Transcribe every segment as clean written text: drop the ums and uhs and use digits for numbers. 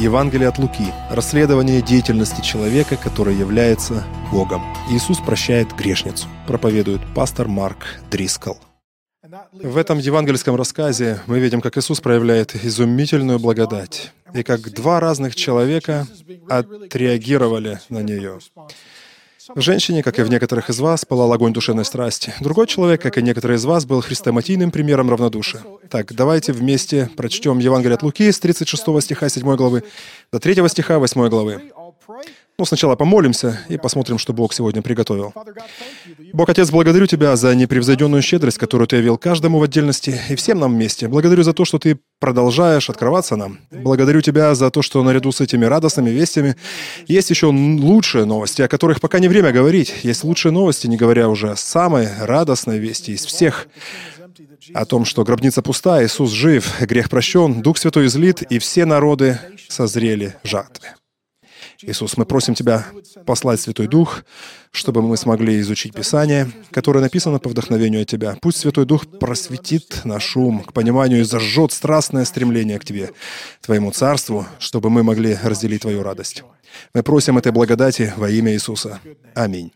Евангелие от Луки. Расследование деятельности человека, который является Богом. Иисус прощает грешницу. Проповедует пастор Марк Дрискл. В этом евангельском рассказе мы видим, как Иисус проявляет изумительную благодать, и как два разных человека отреагировали на нее. В женщине, как и в некоторых из вас, пылал огонь душевной страсти. Другой человек, как и некоторые из вас, был хрестоматийным примером равнодушия. Так, давайте вместе прочтем Евангелие от Луки с 36 стиха 7 главы до 3 стиха 8 главы. Сначала помолимся и посмотрим, что Бог сегодня приготовил. Бог, Отец, благодарю Тебя за непревзойденную щедрость, которую Ты явил каждому в отдельности и всем нам вместе. Благодарю за то, что Ты продолжаешь открываться нам. Благодарю Тебя за то, что наряду с этими радостными вестями есть еще лучшие новости, о которых пока не время говорить. Есть лучшие новости, не говоря уже о самой радостной вести из всех. О том, что гробница пуста, Иисус жив, грех прощен, Дух Святой излит, и все народы созрели жатвы. Иисус, мы просим Тебя послать Святой Дух, чтобы мы смогли изучить Писание, которое написано по вдохновению от Тебя. Пусть Святой Дух просветит наш ум к пониманию и зажжет страстное стремление к Тебе, Твоему Царству, чтобы мы могли разделить Твою радость. Мы просим этой благодати во имя Иисуса. Аминь.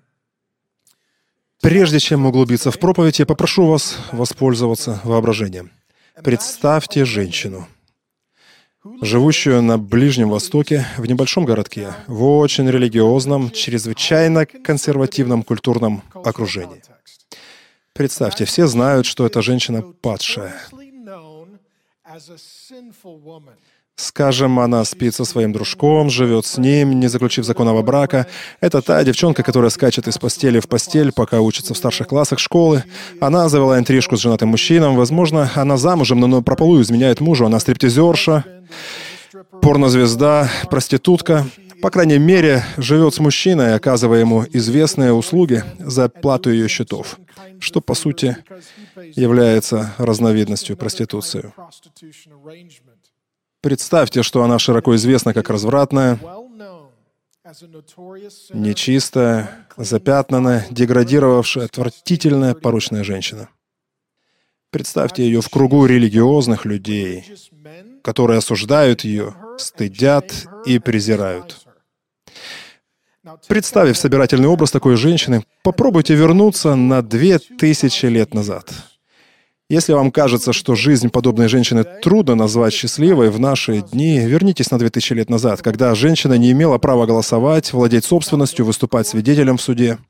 Прежде чем углубиться в проповедь, я попрошу вас воспользоваться воображением. Представьте женщину, живущую на Ближнем Востоке, в небольшом городке, в очень религиозном, чрезвычайно консервативном культурном окружении. Представьте, все знают, что эта женщина падшая. Скажем, она спит со своим дружком, живет с ним, не заключив законного брака. Это та девчонка, которая скачет из постели в постель, пока учится в старших классах школы. Она завела интрижку с женатым мужчиной. Возможно, она замужем, но прополую изменяет мужу. Она стриптизерша, порнозвезда, проститутка. По крайней мере, живет с мужчиной, оказывая ему известные услуги за плату ее счетов, что, по сути, является разновидностью проституции. Представьте, что она широко известна как развратная, нечистая, запятнанная, деградировавшая, отвратительная, порочная женщина. Представьте ее в кругу религиозных людей, которые осуждают ее, стыдят и презирают. Представив собирательный образ такой женщины, попробуйте вернуться на 2000 лет назад. Если вам кажется, что жизнь подобной женщины трудно назвать счастливой в наши дни, вернитесь на 2000 лет назад, когда женщина не имела права голосовать, владеть собственностью, выступать свидетелем в суде.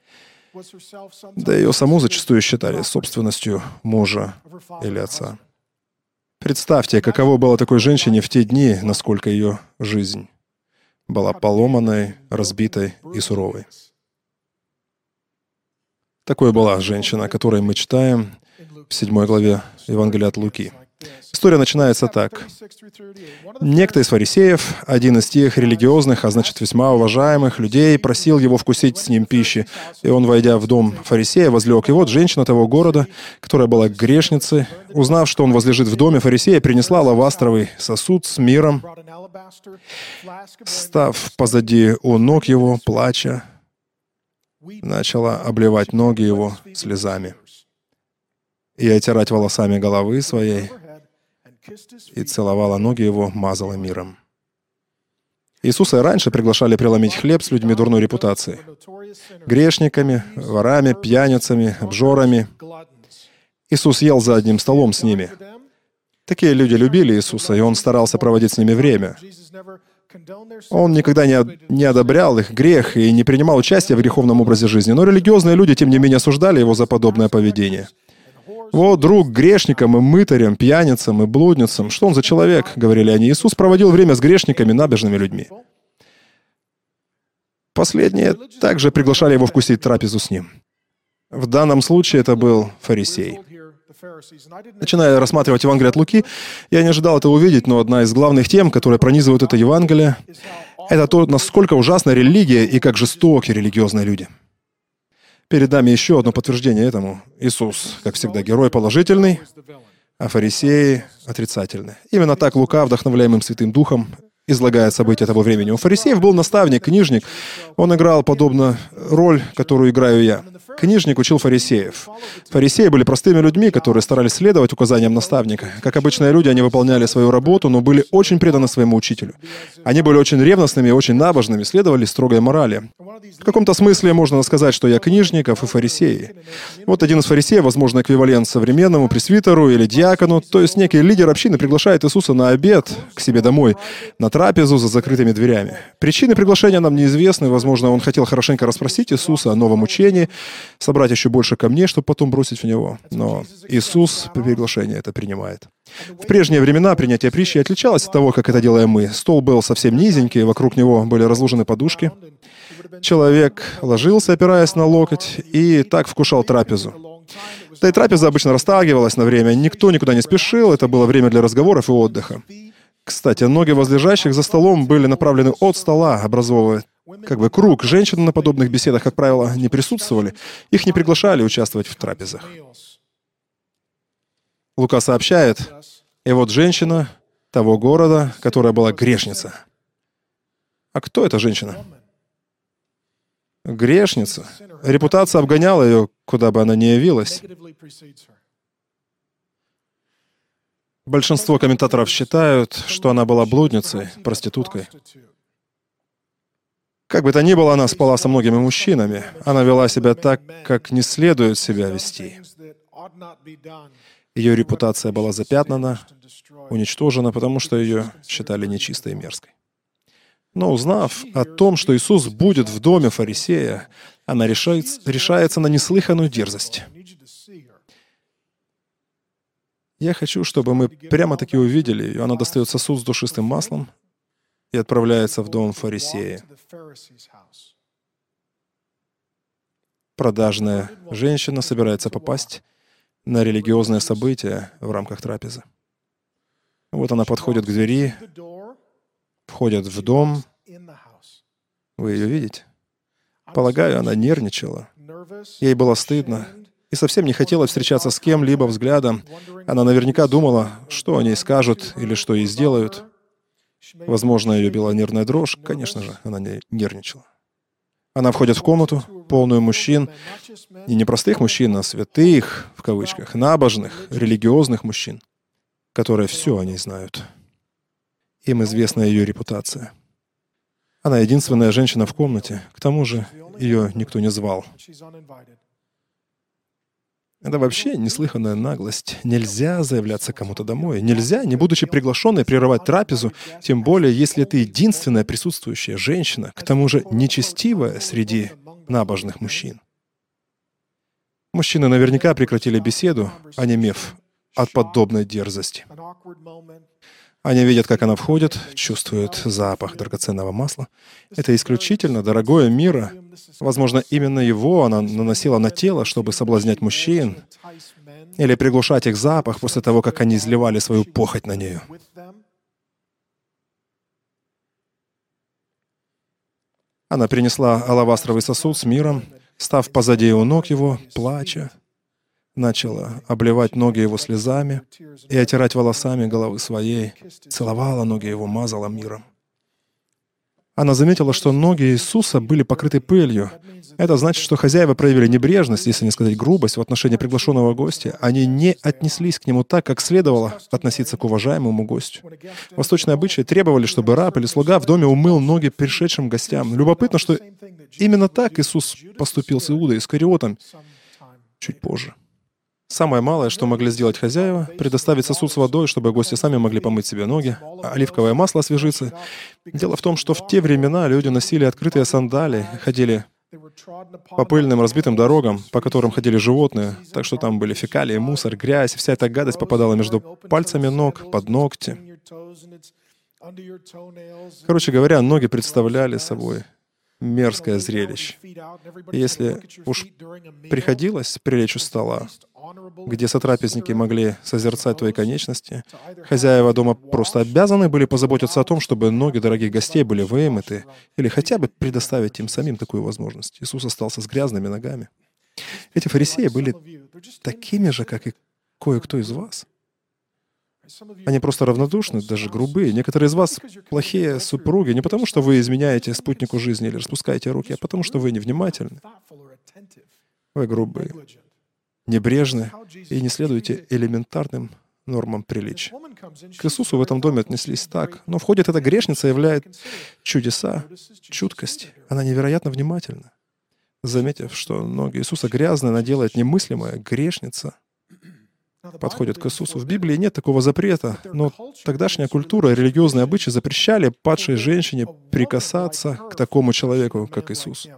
Да ее саму зачастую считали собственностью мужа или отца. Представьте, каково было такой женщине в те дни, насколько ее жизнь была поломанной, разбитой и суровой. Такой была женщина, о которой мы читаем в 7 главе Евангелия от Луки. История начинается так. Некто из фарисеев, один из тех религиозных, а значит весьма уважаемых людей, просил его вкусить с ним пищи. И он, войдя в дом фарисея, возлег. И вот женщина того города, которая была грешницей, узнав, что он возлежит в доме фарисея, принесла алавастровый сосуд с миром, став позади у ног его, плача, начала обливать ноги его слезами и отирать волосами головы своей, и целовала ноги его, мазала миром. Иисуса раньше приглашали преломить хлеб с людьми дурной репутацией. Грешниками, ворами, пьяницами, обжорами. Иисус ел за одним столом с ними. Такие люди любили Иисуса, и Он старался проводить с ними время. Он никогда не одобрял их грех и не принимал участия в греховном образе жизни, но религиозные люди, тем не менее, осуждали Его за подобное поведение. «Вот друг грешникам и мытарям, пьяницам и блудницам. Что он за человек?» — говорили они. Иисус проводил время с грешниками, набожными людьми. Последние также приглашали его вкусить трапезу с ним. В данном случае это был фарисей. Начиная рассматривать Евангелие от Луки, я не ожидал это увидеть, но одна из главных тем, которые пронизывают это Евангелие, это то, насколько ужасна религия и как жестоки религиозные люди. Перед нами еще одно подтверждение этому. Иисус, как всегда, герой положительный, а фарисеи — отрицательные. Именно так Лука, вдохновляемым Святым Духом, излагает события того времени. У фарисеев был наставник, книжник. Он играл подобно роль, которую играю я. Книжник учил фарисеев. Фарисеи были простыми людьми, которые старались следовать указаниям наставника. Как обычные люди, они выполняли свою работу, но были очень преданы своему учителю. Они были очень ревностными и очень набожными, следовали строгой морали. В каком-то смысле можно сказать, что я книжников и фарисеи. Вот один из фарисеев, возможно, эквивалент современному пресвитеру или диакону, то есть некий лидер общины приглашает Иисуса на обед к себе домой, на трапезу за закрытыми дверями. Причины приглашения нам неизвестны. Возможно, он хотел хорошенько расспросить Иисуса о новом учении, собрать еще больше камней, чтобы потом бросить в него. Но Иисус приглашение это принимает. В прежние времена принятие притчи отличалось от того, как это делаем мы. Стол был совсем низенький, вокруг него были разложены подушки. Человек ложился, опираясь на локоть, и так вкушал трапезу. Да и трапеза обычно растягивалась на время, никто никуда не спешил, это было время для разговоров и отдыха. Кстати, ноги возлежащих за столом были направлены от стола, образовывая круг. Женщины на подобных беседах, как правило, не присутствовали, их не приглашали участвовать в трапезах. Лука сообщает, и вот женщина того города, которая была грешница. А кто эта женщина? Грешница. Репутация обгоняла ее, куда бы она ни явилась. Большинство комментаторов считают, что она была блудницей, проституткой. Как бы то ни было, она спала со многими мужчинами. Она вела себя так, как не следует себя вести. Ее репутация была запятнана, уничтожена, потому что ее считали нечистой и мерзкой. Но узнав о том, что Иисус будет в доме фарисея, она решается на неслыханную дерзость. Я хочу, чтобы мы прямо-таки увидели ее. Она достает сосуд с душистым маслом и отправляется в дом фарисея. Продажная женщина собирается попасть на религиозное событие в рамках трапезы. Вот она подходит к двери, входит в дом. Вы ее видите? Полагаю, она нервничала. Ей было стыдно. И совсем не хотела встречаться с кем-либо взглядом. Она наверняка думала, что о ней скажут или что ей сделают. Возможно, ее била нервная дрожь. Конечно же, она не нервничала. Она входит в комнату, полную мужчин, и не простых мужчин, а святых, в кавычках, набожных, религиозных мужчин, которые все о ней знают. Им известна ее репутация. Она единственная женщина в комнате, к тому же ее никто не звал. Это вообще неслыханная наглость. Нельзя заявляться кому-то домой. Нельзя, не будучи приглашенной, прерывать трапезу, тем более, если ты единственная присутствующая женщина, к тому же нечестивая среди набожных мужчин. Мужчины наверняка прекратили беседу, онемев от подобной дерзости. Они видят, как она входит, чувствуют запах драгоценного масла. Это исключительно дорогое мира. Возможно, именно его она наносила на тело, чтобы соблазнять мужчин или приглушать их запах после того, как они изливали свою похоть на нее. Она принесла алавастровый сосуд с миром, став позади у ног его, плача, начала обливать ноги его слезами и отирать волосами головы своей, целовала ноги его, мазала миром. Она заметила, что ноги Иисуса были покрыты пылью. Это значит, что хозяева проявили небрежность, если не сказать грубость, в отношении приглашенного гостя. Они не отнеслись к нему так, как следовало относиться к уважаемому гостю. Восточные обычаи требовали, чтобы раб или слуга в доме умыл ноги пришедшим гостям. Любопытно, что именно так Иисус поступил с Иудой Искариотом чуть позже. Самое малое, что могли сделать хозяева, предоставить сосуд с водой, чтобы гости сами могли помыть себе ноги, а оливковое масло освежиться. Дело в том, что в те времена люди носили открытые сандалии, ходили по пыльным разбитым дорогам, по которым ходили животные, так что там были фекалии, мусор, грязь, вся эта гадость попадала между пальцами ног, под ногти. Короче говоря, ноги представляли собой мерзкое зрелище. И если уж приходилось прилечь у стола, где сотрапезники могли созерцать твои конечности, хозяева дома просто обязаны были позаботиться о том, чтобы ноги дорогих гостей были вымыты, или хотя бы предоставить им самим такую возможность. Иисус остался с грязными ногами. Эти фарисеи были такими же, как и кое-кто из вас. Они просто равнодушны, даже грубые. Некоторые из вас плохие супруги не потому, что вы изменяете спутнику жизни или распускаете руки, а потому, что вы невнимательны. Вы грубые, небрежны и не следуете элементарным нормам приличия. К Иисусу в этом доме отнеслись так, но входит эта грешница и являет чудеса, чуткость. Она невероятно внимательна. Заметив, что ноги Иисуса грязные, она делает немыслимое, грешница подходит к Иисусу. В Библии нет такого запрета, но тогдашняя культура и религиозные обычаи запрещали падшей женщине прикасаться к такому человеку, как Иисус.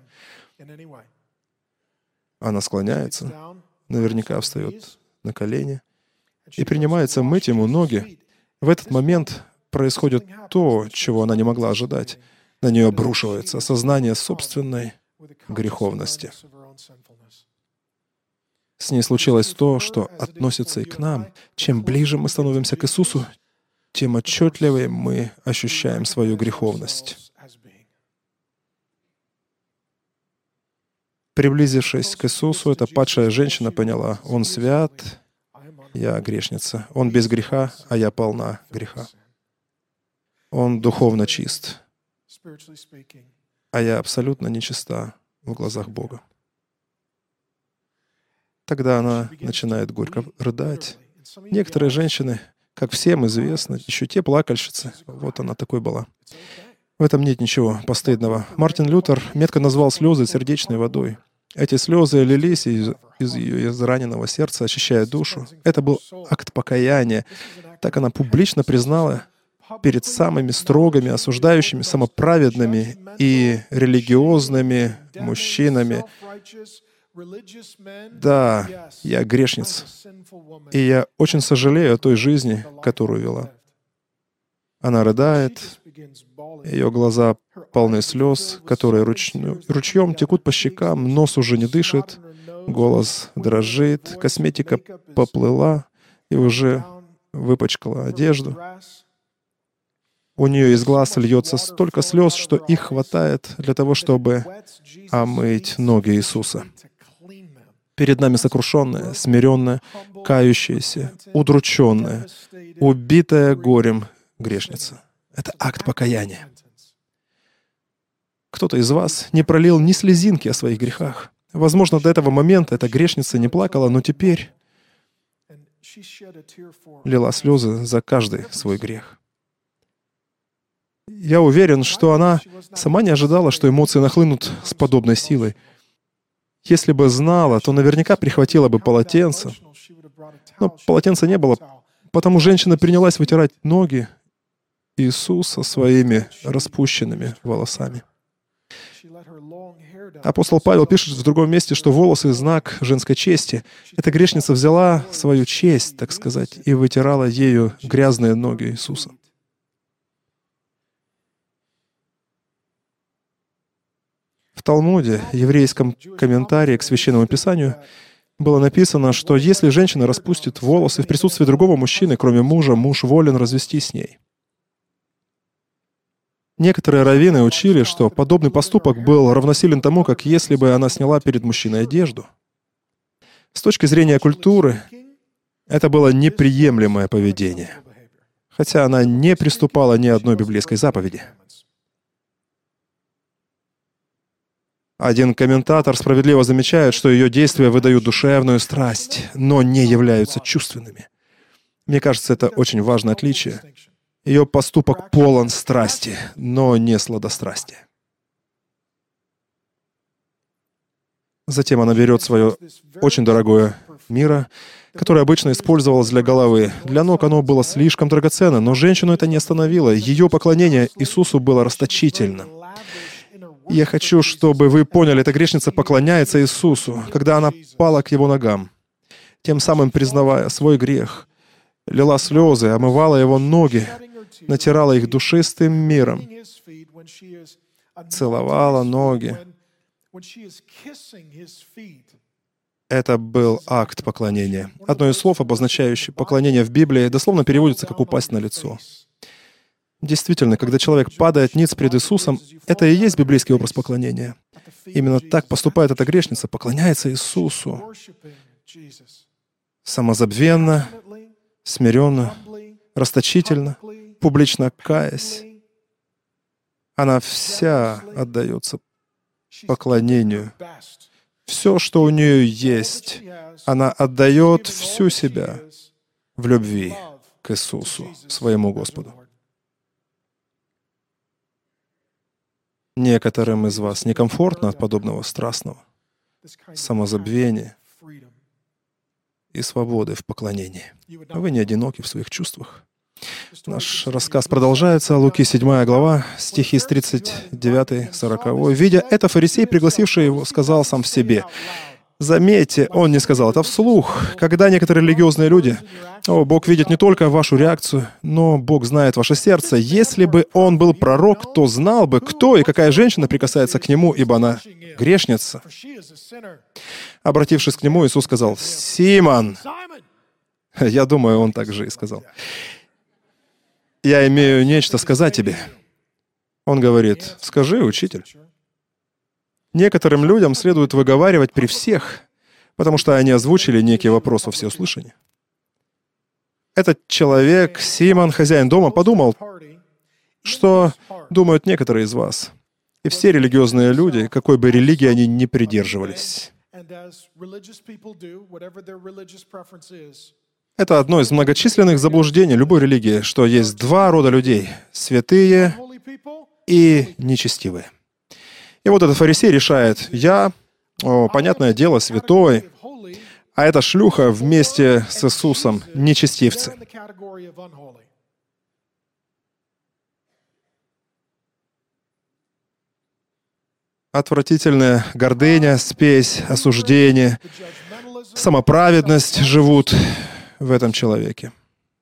Она склоняется, наверняка встает на колени и принимается мыть ему ноги. В этот момент происходит то, чего она не могла ожидать. На нее обрушивается осознание собственной греховности. С ней случилось то, что относится и к нам. Чем ближе мы становимся к Иисусу, тем отчетливее мы ощущаем свою греховность. Приблизившись к Иисусу, эта падшая женщина поняла: Он свят, я грешница. Он без греха, а я полна греха. Он духовно чист, а я абсолютно нечиста в глазах Бога. Тогда она начинает горько рыдать. Некоторые женщины, как всем известно, еще те плакальщицы. Вот она такой была. В этом нет ничего постыдного. Мартин Лютер метко назвал слезы сердечной водой. Эти слезы лились из ее израненного сердца, очищая душу. Это был акт покаяния. Так она публично признала перед самыми строгими, осуждающими, самоправедными и религиозными мужчинами: «Да, я грешница, и я очень сожалею о той жизни, которую вела». Она рыдает, ее глаза полны слез, которые ручьем текут по щекам, нос уже не дышит, голос дрожит, косметика поплыла и уже выпачкала одежду. У нее из глаз льется столько слез, что их хватает для того, чтобы омыть ноги Иисуса. Перед нами сокрушенная, смиренная, кающаяся, удрученная, убитая горем грешница. Это акт покаяния. Кто-то из вас не пролил ни слезинки о своих грехах. Возможно, до этого момента эта грешница не плакала, но теперь лила слезы за каждый свой грех. Я уверен, что она сама не ожидала, что эмоции нахлынут с подобной силой. Если бы знала, то наверняка прихватила бы полотенце. Но полотенца не было, потому женщина принялась вытирать ноги Иисуса своими распущенными волосами. Апостол Павел пишет в другом месте, что волосы — знак женской чести. Эта грешница взяла свою честь, так сказать, и вытирала ею грязные ноги Иисуса. В Талмуде, еврейском комментарии к Священному Писанию, было написано, что если женщина распустит волосы в присутствии другого мужчины, кроме мужа, муж волен развестись с ней. Некоторые раввины учили, что подобный поступок был равносилен тому, как если бы она сняла перед мужчиной одежду. С точки зрения культуры, это было неприемлемое поведение, хотя она не приступала ни одной библейской заповеди. Один комментатор справедливо замечает, что ее действия выдают душевную страсть, но не являются чувственными. Мне кажется, это очень важное отличие. Ее поступок полон страсти, но не сладострастия. Затем она берет свое очень дорогое мирра, которое обычно использовалось для головы. Для ног оно было слишком драгоценно, но женщину это не остановило. Ее поклонение Иисусу было расточительным. Я хочу, чтобы вы поняли, эта грешница поклоняется Иисусу, когда она пала к Его ногам, тем самым признавая свой грех, лила слезы, омывала Его ноги, натирала их душистым миром, целовала ноги. Это был акт поклонения. Одно из слов, обозначающее поклонение в Библии, дословно переводится как «упасть на лицо». Действительно, когда человек падает ниц пред Иисусом, это и есть библейский образ поклонения. Именно так поступает эта грешница, поклоняется Иисусу. Самозабвенно, смиренно, расточительно, публично каясь. Она вся отдается поклонению. Все, что у нее есть, она отдает всю себя в любви к Иисусу, своему Господу. Некоторым из вас некомфортно от подобного страстного самозабвения и свободы в поклонении. Вы не одиноки в своих чувствах. Наш рассказ продолжается. Луки 7 глава, стихи с 39-40. «Видя это, фарисей, пригласивший его, сказал сам в себе». Заметьте, он не сказал это вслух. Когда некоторые религиозные люди, Бог видит не только вашу реакцию, но Бог знает ваше сердце. Если бы он был пророк, то знал бы, кто и какая женщина прикасается к нему, ибо она грешница. Обратившись к нему, Иисус сказал: «Симон». Я думаю, он так же и сказал. «Я имею нечто сказать тебе». Он говорит: «Скажи, учитель». Некоторым людям следует выговаривать при всех, потому что они озвучили некий вопрос во всеуслышание. Этот человек, Симон, хозяин дома, подумал, что думают некоторые из вас. И все религиозные люди, какой бы религии они ни придерживались. Это одно из многочисленных заблуждений любой религии, что есть два рода людей — святые и нечестивые. И вот этот фарисей решает: я, понятное дело, святой, а эта шлюха вместе с Иисусом нечестивцы. Отвратительная гордыня, спесь, осуждение, самоправедность живут в этом человеке.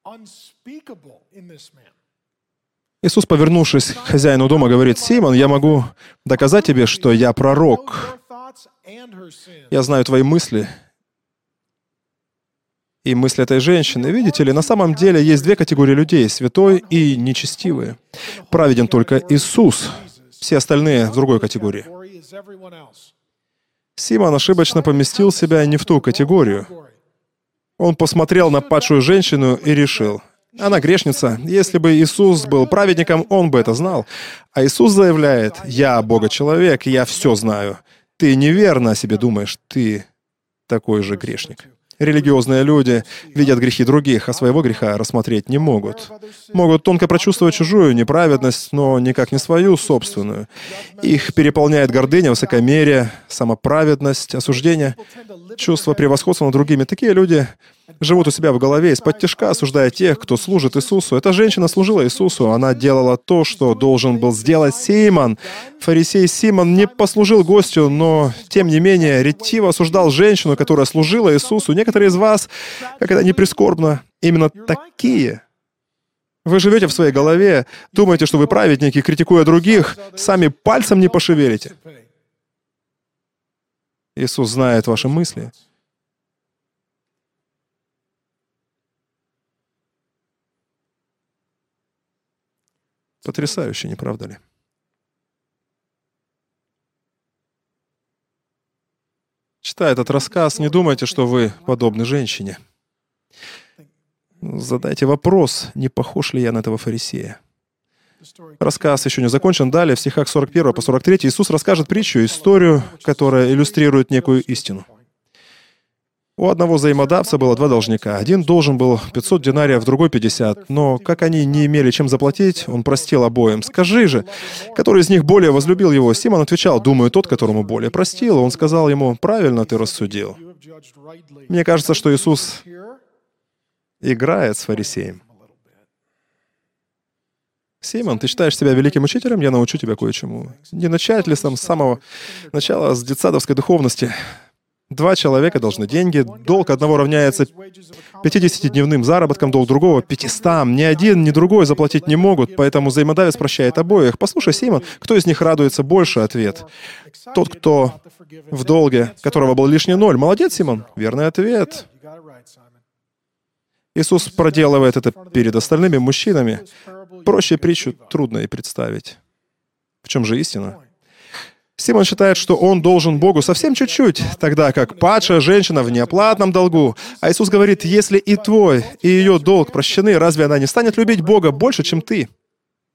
Иисус, повернувшись к хозяину дома, говорит: «Симон, я могу доказать тебе, что я пророк. Я знаю твои мысли и мысли этой женщины. Видите ли, на самом деле есть две категории людей — святой и нечестивые. Праведен только Иисус, все остальные в другой категории». Симон ошибочно поместил себя не в ту категорию. Он посмотрел на падшую женщину и решил: она грешница. Если бы Иисус был праведником, он бы это знал. А Иисус заявляет: «Я Бога-человек, я все знаю. Ты неверно о себе думаешь, ты такой же грешник». Религиозные люди видят грехи других, а своего греха рассмотреть не могут. Могут тонко прочувствовать чужую неправедность, но никак не свою собственную. Их переполняет гордыня, высокомерие, самоправедность, осуждение, чувство превосходства над другими. Такие люди живут у себя в голове, исподтишка осуждая тех, кто служит Иисусу. Эта женщина служила Иисусу, она делала то, что должен был сделать Симон. Фарисей Симон не послужил гостю, но, тем не менее, ретиво осуждал женщину, которая служила Иисусу. Некоторые из вас, как это ни прискорбно, именно такие. Вы живете в своей голове, думаете, что вы праведники, критикуя других, сами пальцем не пошевелите. Иисус знает ваши мысли. Потрясающе, не правда ли? Читая этот рассказ, не думайте, что вы подобны женщине. Задайте вопрос, не похож ли я на этого фарисея. Рассказ еще не закончен. Далее, в стихах 41 по 43, Иисус расскажет притчу, историю, которая иллюстрирует некую истину. У одного взаимодавца было два должника. Один должен был 500 динариев, другой 50. Но, как они не имели чем заплатить, он простил обоим. «Скажи же, который из них более возлюбил его?» Симон отвечал: «Думаю, тот, которому более простил». Он сказал ему: «Правильно ты рассудил». Мне кажется, что Иисус играет с фарисеем. «Симон, ты считаешь себя великим учителем? Я научу тебя кое-чему. Не начать ли с самого начала, с детсадовской духовности? Два человека должны деньги. Долг одного равняется 50-дневным заработкам, долг другого — 500. Ни один, ни другой заплатить не могут, поэтому взаимодавец прощает обоих. Послушай, Симон, кто из них радуется больше?» Ответ: «Тот, кто в долге, которого был лишний 0. Молодец, Симон. Верный ответ». Иисус проделывает это перед остальными мужчинами. Проще притчу трудно и представить. В чем же истина? Симон считает, что он должен Богу совсем чуть-чуть, тогда как падшая женщина в неоплатном долгу. А Иисус говорит: если и твой, и ее долг прощены, разве она не станет любить Бога больше, чем ты?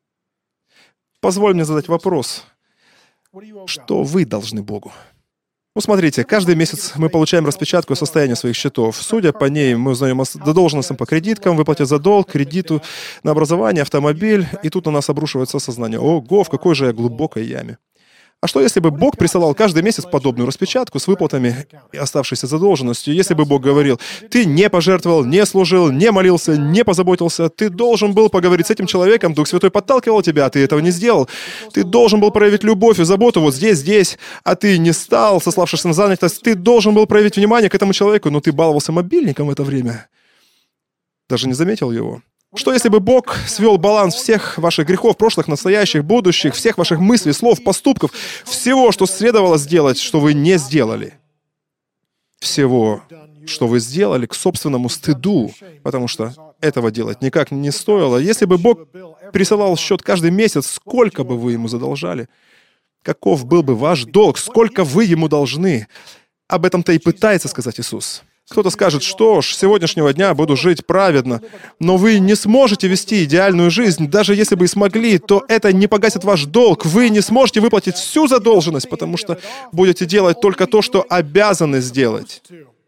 Позволь мне задать вопрос. Что вы должны Богу? Смотрите, каждый месяц мы получаем распечатку о состоянии своих счетов. Судя по ней, мы узнаем о задолженностям по кредиткам, выплате за долг, кредиту на образование, автомобиль, и тут на нас обрушивается осознание. Ого, в какой же я глубокой яме. А что, если бы Бог присылал каждый месяц подобную распечатку с выплатами и оставшейся задолженностью? Если бы Бог говорил, ты не пожертвовал, не служил, не молился, не позаботился, ты должен был поговорить с этим человеком, Дух Святой подталкивал тебя, а ты этого не сделал. Ты должен был проявить любовь и заботу вот здесь, а ты не стал, сославшись на занятость. Ты должен был проявить внимание к этому человеку, но ты баловался мобильником в это время. Даже не заметил его. Что если бы Бог свел баланс всех ваших грехов, прошлых, настоящих, будущих, всех ваших мыслей, слов, поступков, всего, что следовало сделать, что вы не сделали? Всего, что вы сделали, к собственному стыду, потому что этого делать никак не стоило. Если бы Бог присылал счет каждый месяц, сколько бы вы ему задолжали? Каков был бы ваш долг? Сколько вы ему должны? Об этом-то и пытается сказать Иисус. Кто-то скажет, что ж, с сегодняшнего дня буду жить праведно, но вы не сможете вести идеальную жизнь. Даже если бы и смогли, то это не погасит ваш долг. Вы не сможете выплатить всю задолженность, потому что будете делать только то, что обязаны сделать.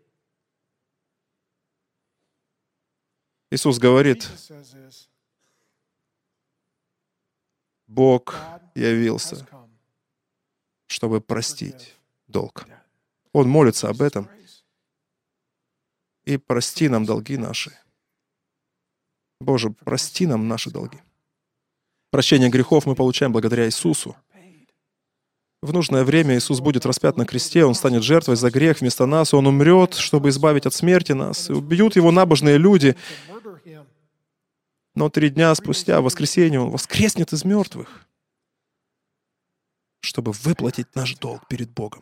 Иисус говорит, Бог явился, чтобы простить долг. Он молится об этом. И прости нам долги наши. Боже, прости нам наши долги. Прощение грехов мы получаем благодаря Иисусу. В нужное время Иисус будет распят на кресте, Он станет жертвой за грех вместо нас, Он умрет, чтобы избавить от смерти нас. И убьют Его набожные люди. Но 3 дня спустя, в воскресенье, Он воскреснет из мертвых, чтобы выплатить наш долг перед Богом.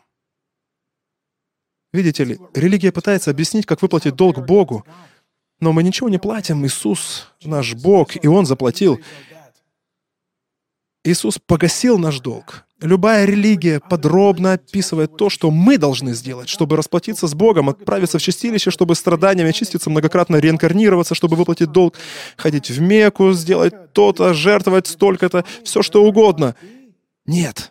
Видите ли, религия пытается объяснить, как выплатить долг Богу, но мы ничего не платим. Иисус — наш Бог, и Он заплатил. Иисус погасил наш долг. Любая религия подробно описывает то, что мы должны сделать, чтобы расплатиться с Богом, отправиться в чистилище, чтобы страданиями очиститься, многократно реинкарнироваться, чтобы выплатить долг, ходить в Мекку, сделать то-то, жертвовать столько-то, все что угодно. Нет.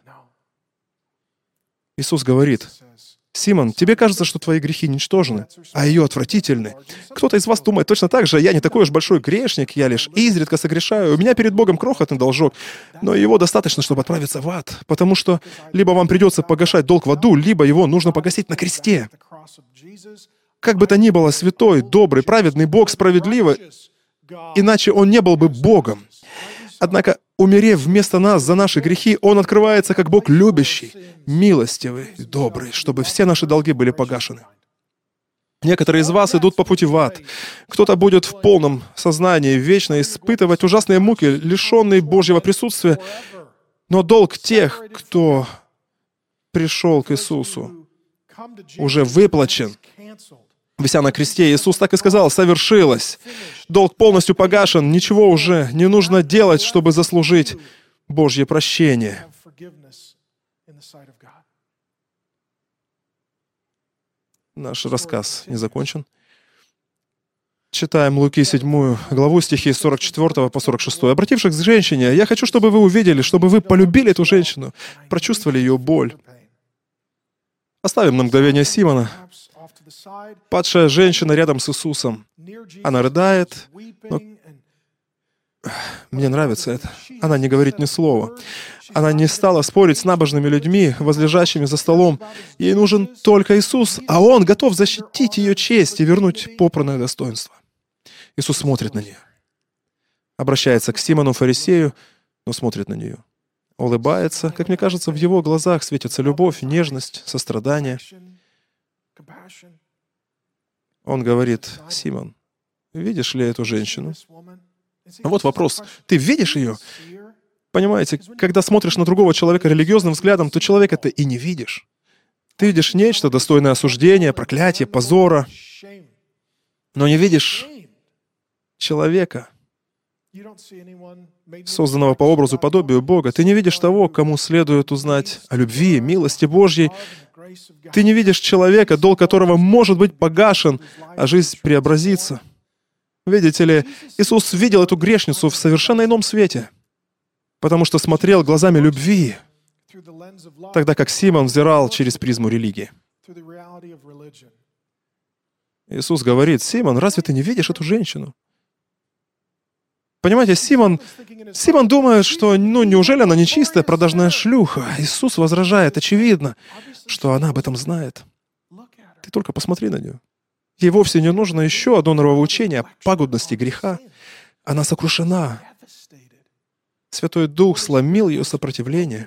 Иисус говорит, «Симон, тебе кажется, что твои грехи ничтожны, а ее отвратительны. Кто-то из вас думает точно так же, я не такой уж большой грешник, я лишь изредка согрешаю, у меня перед Богом крохотный должок, но его достаточно, чтобы отправиться в ад, потому что либо вам придется погашать долг в аду, либо его нужно погасить на кресте. Как бы то ни было, святой, добрый, праведный Бог справедливый, иначе Он не был бы Богом. Однако, умерев вместо нас за наши грехи, Он открывается как Бог любящий, милостивый, добрый, чтобы все наши долги были погашены. Некоторые из вас идут по пути в ад. Кто-то будет в полном сознании вечно испытывать ужасные муки, лишенные Божьего присутствия. Но долг тех, кто пришел к Иисусу, уже выплачен. Вися на кресте, Иисус так и сказал, «Совершилось». Долг полностью погашен, ничего уже не нужно делать, чтобы заслужить Божье прощение. Наш рассказ не закончен. Читаем Луки 7 главу, стихи с 44 по 46. «Обратившись к женщине, я хочу, чтобы вы увидели, чтобы вы полюбили эту женщину, прочувствовали ее боль». Оставим на мгновение Симона. Падшая женщина рядом с Иисусом. Она рыдает, но мне нравится это. Она не говорит ни слова. Она не стала спорить с набожными людьми, возлежащими за столом. Ей нужен только Иисус, а Он готов защитить ее честь и вернуть попранное достоинство. Иисус смотрит на нее. Обращается к Симону фарисею, но смотрит на нее. Улыбается. Как мне кажется, в его глазах светится любовь, нежность, сострадание. Он говорит, «Симон, видишь ли эту женщину?» Вот вопрос. Ты видишь ее? Понимаете, когда смотришь на другого человека религиозным взглядом, то человека ты и не видишь. Ты видишь нечто, достойное осуждения, проклятия, позора, но не видишь человека, созданного по образу и подобию Бога. Ты не видишь того, кому следует узнать о любви, милости Божьей. Ты не видишь человека, долг которого может быть погашен, а жизнь преобразится. Видите ли, Иисус видел эту грешницу в совершенно ином свете, потому что смотрел глазами любви, тогда как Симон взирал через призму религии. Иисус говорит: «Симон, разве ты не видишь эту женщину?» Понимаете, Симон думает, что, неужели она нечистая, продажная шлюха? Иисус возражает: очевидно, что она об этом знает. Ты только посмотри на нее. Ей вовсе не нужно еще одно нравоучение о пагубности греха. Она сокрушена. Святой Дух сломил ее сопротивление.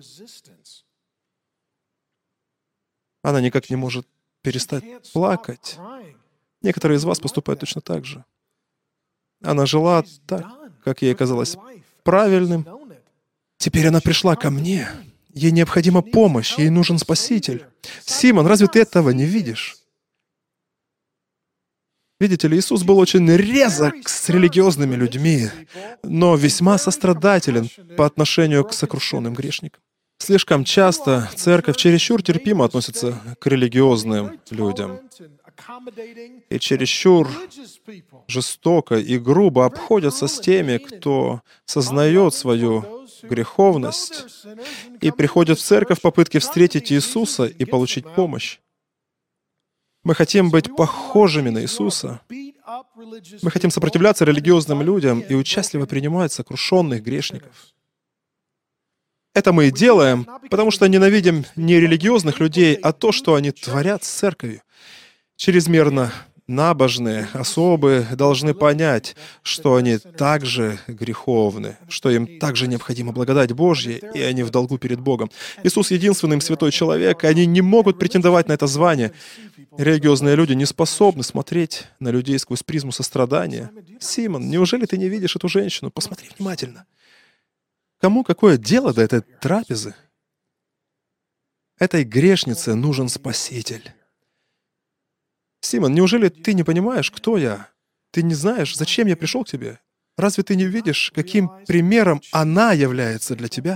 Она никак не может перестать плакать. Некоторые из вас поступают точно так же. Она жила так, как ей казалось правильным. Теперь она пришла ко мне. Ей необходима помощь, ей нужен Спаситель. Симон, разве ты этого не видишь? Видите ли, Иисус был очень резок с религиозными людьми, но весьма сострадателен по отношению к сокрушенным грешникам. Слишком часто церковь чересчур терпимо относится к религиозным людям и чересчур жестоко и грубо обходятся с теми, кто сознает свою греховность и приходит в церковь в попытке встретить Иисуса и получить помощь. Мы хотим быть похожими на Иисуса. Мы хотим сопротивляться религиозным людям и участливо принимать сокрушенных грешников. Это мы и делаем, потому что ненавидим не религиозных людей, а то, что они творят с церковью. Чрезмерно набожные особы должны понять, что они также греховны, что им также необходима благодать Божья, и они в долгу перед Богом. Иисус — единственный им святой человек, и они не могут претендовать на это звание. Религиозные люди не способны смотреть на людей сквозь призму сострадания. Симон, неужели ты не видишь эту женщину? Посмотри внимательно. Кому какое дело до этой трапезы? Этой грешнице нужен Спаситель. Симон, неужели ты не понимаешь, кто я? Ты не знаешь, зачем я пришел к тебе? Разве ты не видишь, каким примером она является для тебя?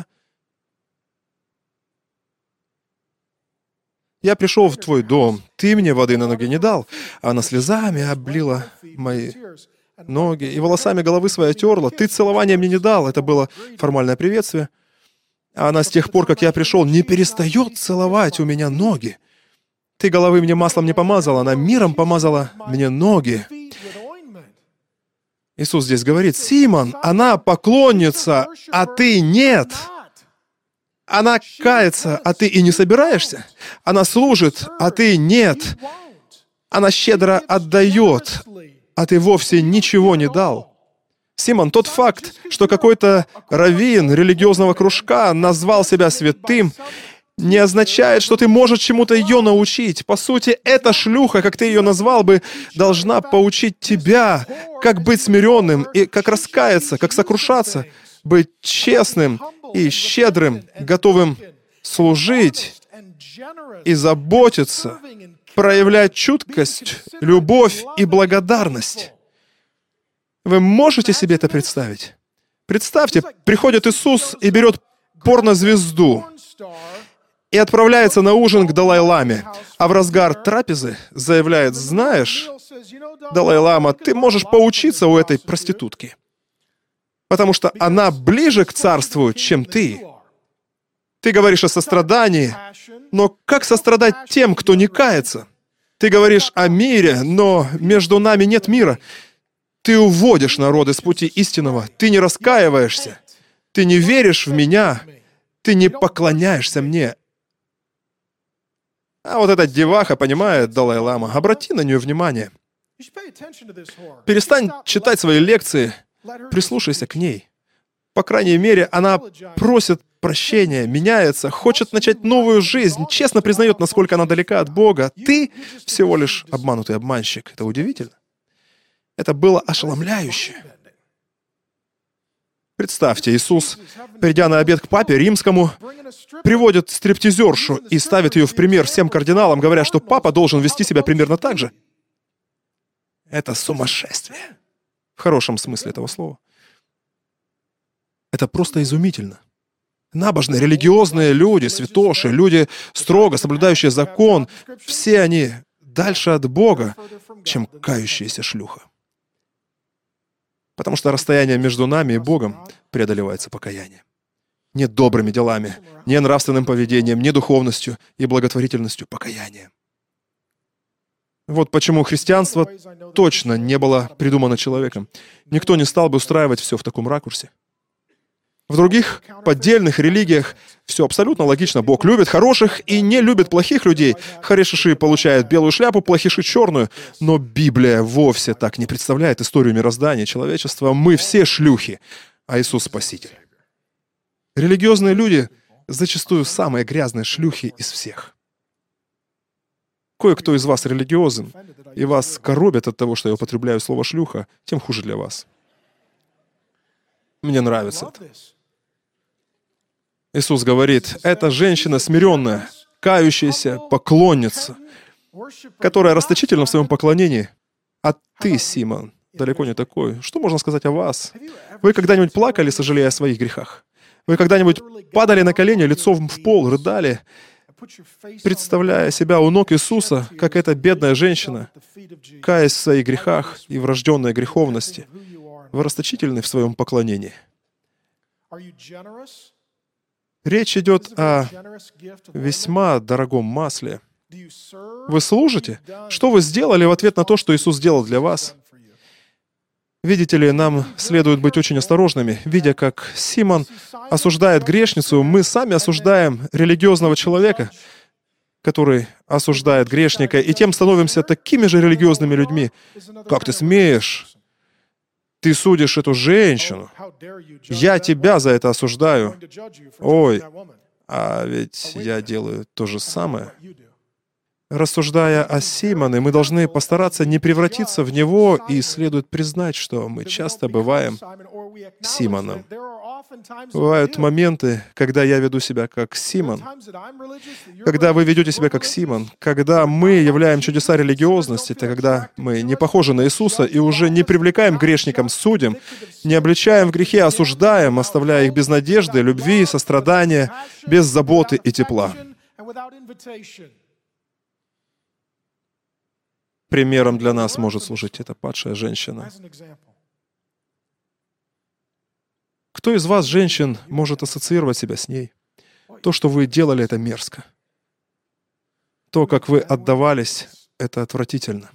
Я пришел в твой дом, ты мне воды на ноги не дал, а она слезами облила мои ноги и волосами головы своей терла. Ты целования мне не дал, это было формальное приветствие. А она с тех пор, как я пришел, не перестает целовать у меня ноги. Ты головы мне маслом не помазал, она миром помазала мне ноги. Иисус здесь говорит: Симон, она поклонница, а ты нет. Она кается, а ты и не собираешься. Она служит, а ты нет. Она щедро отдает, а ты вовсе ничего не дал. Симон, тот факт, что какой-то раввин религиозного кружка назвал себя святым, не означает, что ты можешь чему-то ее научить. По сути, эта шлюха, как ты ее назвал бы, должна поучить тебя, как быть смиренным и как раскаяться, как сокрушаться, быть честным и щедрым, готовым служить и заботиться, проявлять чуткость, любовь и благодарность. Вы можете себе это представить? Представьте, приходит Иисус и берет порнозвезду и отправляется на ужин к Далай-ламе, а в разгар трапезы заявляет: знаешь, Далай-лама, ты можешь поучиться у этой проститутки, потому что она ближе к царству, чем ты. Ты говоришь о сострадании, но как сострадать тем, кто не кается? Ты говоришь о мире, но между нами нет мира. Ты уводишь народы с пути истинного, ты не раскаиваешься, ты не веришь в меня, ты не поклоняешься мне. А вот эта деваха, понимает, Далай-лама, обрати на нее внимание. Перестань читать свои лекции, прислушайся к ней. По крайней мере, она просит прощения, меняется, хочет начать новую жизнь, честно признает, насколько она далека от Бога. Ты всего лишь обманутый обманщик. Это удивительно. Это было ошеломляюще. Представьте, Иисус, придя на обед к папе римскому, приводит стриптизершу и ставит ее в пример всем кардиналам, говоря, что папа должен вести себя примерно так же. Это сумасшествие. В хорошем смысле этого слова. Это просто изумительно. Набожные, религиозные люди, святоши, люди, строго соблюдающие закон, все они дальше от Бога, чем кающаяся шлюха. Потому что расстояние между нами и Богом преодолевается покаянием. Не добрыми делами, не нравственным поведением, не духовностью и благотворительностью, покаянием. Вот почему христианство точно не было придумано человеком. Никто не стал бы устраивать все в таком ракурсе. В других поддельных религиях все абсолютно логично. Бог любит хороших и не любит плохих людей. Харешиши получают белую шляпу, плохиши — черную. Но Библия вовсе так не представляет историю мироздания человечества. Мы все шлюхи, а Иисус — Спаситель. Религиозные люди зачастую самые грязные шлюхи из всех. Кое-кто из вас религиозен, и вас коробят от того, что я употребляю слово «шлюха», тем хуже для вас. Мне нравится это. Иисус говорит, это женщина смиренная, кающаяся, поклонница, которая расточительна в своем поклонении. А ты, Симон, далеко не такой. Что можно сказать о вас? Вы когда-нибудь плакали, сожалея о своих грехах? Вы когда-нибудь падали на колени, лицом в пол, рыдали, представляя себя у ног Иисуса, как эта бедная женщина, каясь в своих грехах и врожденной греховности? Вы расточительны в своем поклонении. Речь идет о весьма дорогом масле. Вы служите? Что вы сделали в ответ на то, что Иисус сделал для вас? Видите ли, нам следует быть очень осторожными. Видя, как Симон осуждает грешницу, мы сами осуждаем религиозного человека, который осуждает грешника, и тем становимся такими же религиозными людьми. Как ты смеешь? Ты судишь эту женщину. Я тебя за это осуждаю. Ой, а ведь я делаю то же самое. Рассуждая о Симоне, мы должны постараться не превратиться в него, и следует признать, что мы часто бываем Симоном. Бывают моменты, когда я веду себя как Симон, когда вы ведете себя как Симон, когда мы являем чудеса религиозности, это когда мы не похожи на Иисуса и уже не привлекаем грешникам, судим, не обличаем в грехе, осуждаем, оставляя их без надежды, любви, сострадания, без заботы и тепла. Примером для нас может служить эта падшая женщина. Кто из вас, женщин, может ассоциировать себя с ней? То, что вы делали, это мерзко. То, как вы отдавались, это отвратительно.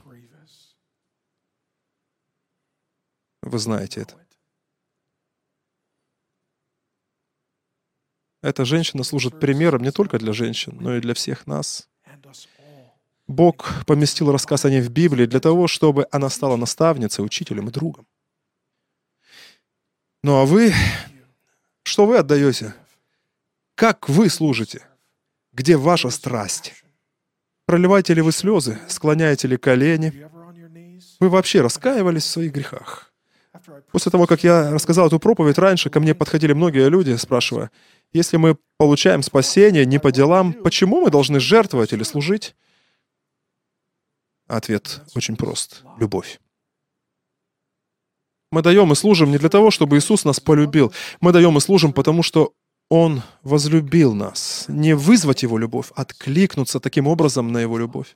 Вы знаете это. Эта женщина служит примером не только для женщин, но и для всех нас. Бог поместил рассказ о ней в Библии для того, чтобы она стала наставницей, учителем и другом. Ну а вы, что вы отдаете? Как вы служите? Где ваша страсть? Проливаете ли вы слезы? Склоняете ли колени? Вы вообще раскаивались в своих грехах? После того, как я рассказал эту проповедь раньше, ко мне подходили многие люди, спрашивая, если мы получаем спасение не по делам, почему мы должны жертвовать или служить? Ответ очень прост. Любовь. Мы даем и служим не для того, чтобы Иисус нас полюбил. Мы даем и служим, потому что Он возлюбил нас. Не вызвать Его любовь, а откликнуться таким образом на Его любовь.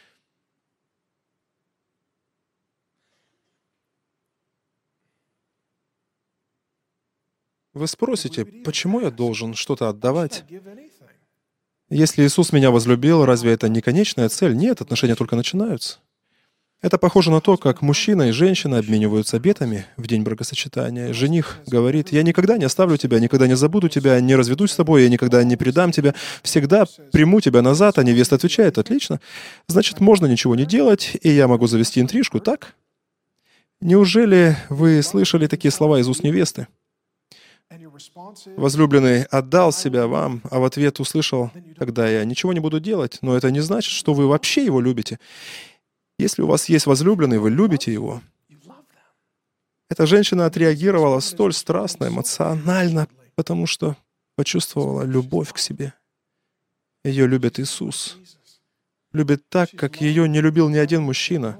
Вы спросите, почему я должен что-то отдавать? Если Иисус меня возлюбил, разве это не конечная цель? Нет, отношения только начинаются. Это похоже на то, как мужчина и женщина обмениваются обетами в день бракосочетания. Жених говорит, «Я никогда не оставлю тебя, никогда не забуду тебя, не разведусь с тобой, я никогда не предам тебя, всегда приму тебя назад», а невеста отвечает, «Отлично, значит, можно ничего не делать, и я могу завести интрижку, так?» Неужели вы слышали такие слова из уст невесты? Возлюбленный отдал себя вам, а в ответ услышал, «Тогда я ничего не буду делать», но это не значит, что вы вообще его любите. Если у вас есть возлюбленный, вы любите его. Эта женщина отреагировала столь страстно, эмоционально, потому что почувствовала любовь к себе. Ее любит Иисус. Любит так, как ее не любил ни один мужчина.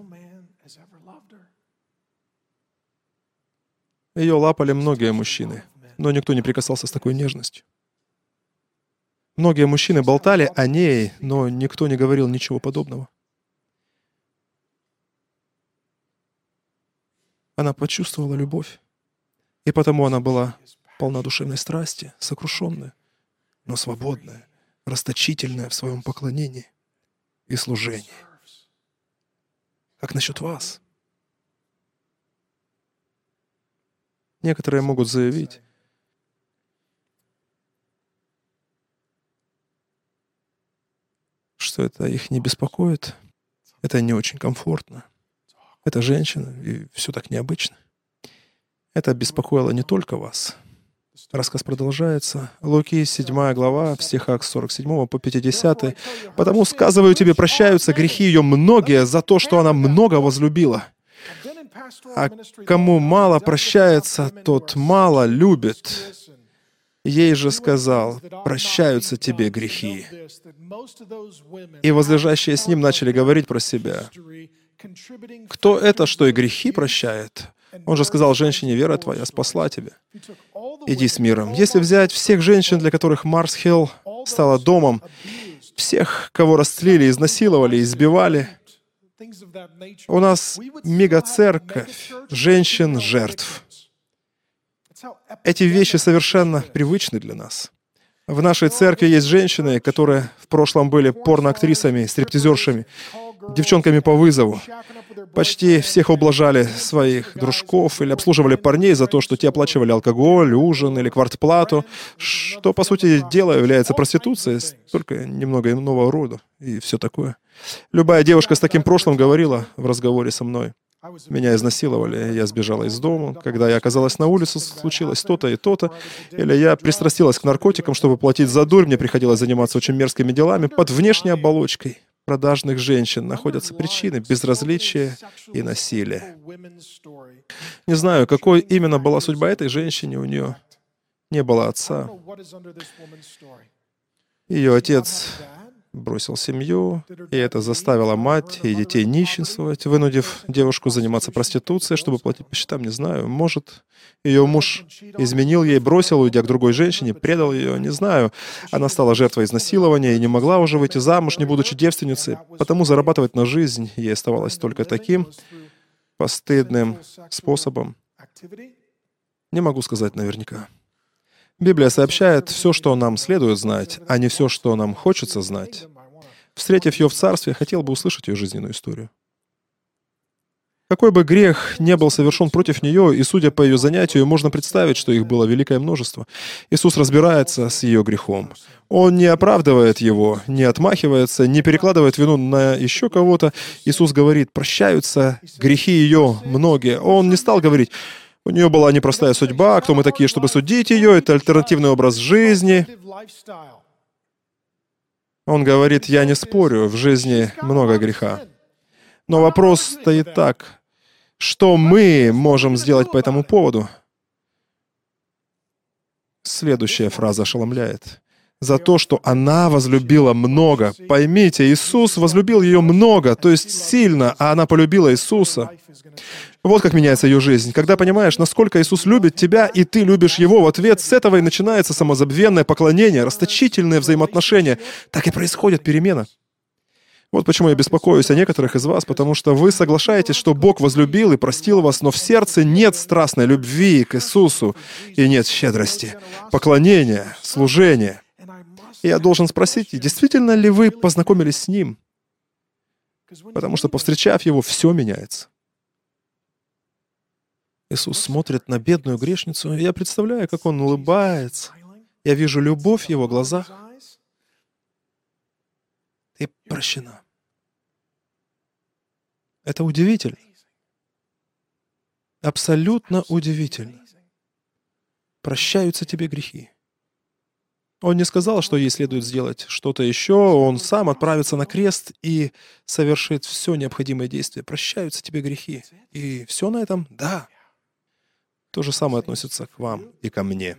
Ее лапали многие мужчины, но никто не прикасался с такой нежностью. Многие мужчины болтали о ней, но никто не говорил ничего подобного. Она почувствовала любовь, и потому она была полна душевной страсти, сокрушенная, но свободная, расточительная в своем поклонении и служении. Как насчет вас? Некоторые могут заявить, что это их не беспокоит, это не очень комфортно. Это женщина, и все так необычно. Это беспокоило не только вас. Рассказ продолжается. Луки, 7 глава, в стихах с 47 по 50. «Потому, сказываю тебе, прощаются грехи ее многие за то, что она много возлюбила. А кому мало прощается, тот мало любит. Ей же сказал, прощаются тебе грехи». И возлежащие с ним начали говорить про себя. Кто это, что и грехи прощает? Он же сказал женщине, вера твоя спасла тебя. Иди с миром. Если взять всех женщин, для которых Марс-Хилл стала домом, всех, кого растлили, изнасиловали, избивали, у нас мега-церковь женщин-жертв. Эти вещи совершенно привычны для нас. В нашей церкви есть женщины, которые в прошлом были порноактрисами, стриптизершами, девчонками по вызову. Почти всех ублажали своих дружков или обслуживали парней за то, что те оплачивали алкоголь, ужин или квартплату, что, по сути дела, является проституцией, только немного иного рода и все такое. Любая девушка с таким прошлым говорила в разговоре со мной: «Меня изнасиловали, я сбежала из дома. Когда я оказалась на улице, случилось то-то и то-то. Или я пристрастилась к наркотикам, чтобы платить за дурь. Мне приходилось заниматься очень мерзкими делами. Под внешней оболочкой продажных женщин находятся причины безразличия и насилия». Не знаю, какой именно была судьба этой женщины. У нее не было отца. Ее отец бросил семью, и это заставило мать и детей нищенствовать, вынудив девушку заниматься проституцией, чтобы платить по счетам, не знаю. Может, ее муж изменил ей, бросил, уйдя к другой женщине, предал ее, не знаю. Она стала жертвой изнасилования и не могла уже выйти замуж, не будучи девственницей, потому зарабатывать на жизнь ей оставалось только таким постыдным способом. Не могу сказать наверняка. Библия сообщает все, что нам следует знать, а не все, что нам хочется знать. Встретив ее в царстве, хотел бы услышать ее жизненную историю. Какой бы грех не был совершен против нее, и судя по ее занятию, можно представить, что их было великое множество. Иисус разбирается с ее грехом. Он не оправдывает его, не отмахивается, не перекладывает вину на еще кого-то. Иисус говорит, прощаются грехи ее многие. Он не стал говорить, у нее была непростая судьба, кто мы такие, чтобы судить ее, это альтернативный образ жизни. Он говорит, я не спорю, в жизни много греха. Но вопрос стоит так, что мы можем сделать по этому поводу? Следующая фраза ошеломляет. За то, что она возлюбила много. Поймите, Иисус возлюбил ее много, то есть сильно, а она полюбила Иисуса. Вот как меняется ее жизнь. Когда понимаешь, насколько Иисус любит тебя, и ты любишь Его в ответ, с этого и начинается самозабвенное поклонение, расточительные взаимоотношения. Так и происходит перемена. Вот почему я беспокоюсь о некоторых из вас, потому что вы соглашаетесь, что Бог возлюбил и простил вас, но в сердце нет страстной любви к Иисусу, и нет щедрости, поклонения, служения. И я должен спросить, действительно ли вы познакомились с Ним? Потому что, повстречав Его, все меняется. Иисус смотрит на бедную грешницу, и я представляю, как Он улыбается. Я вижу любовь в Его глазах. Ты прощена. Это удивительно. Абсолютно удивительно. Прощаются тебе грехи. Он не сказал, что ей следует сделать что-то еще. Он сам отправится на крест и совершит все необходимое действие. Прощаются тебе грехи. И все на этом? Да. То же самое относится к вам и ко мне.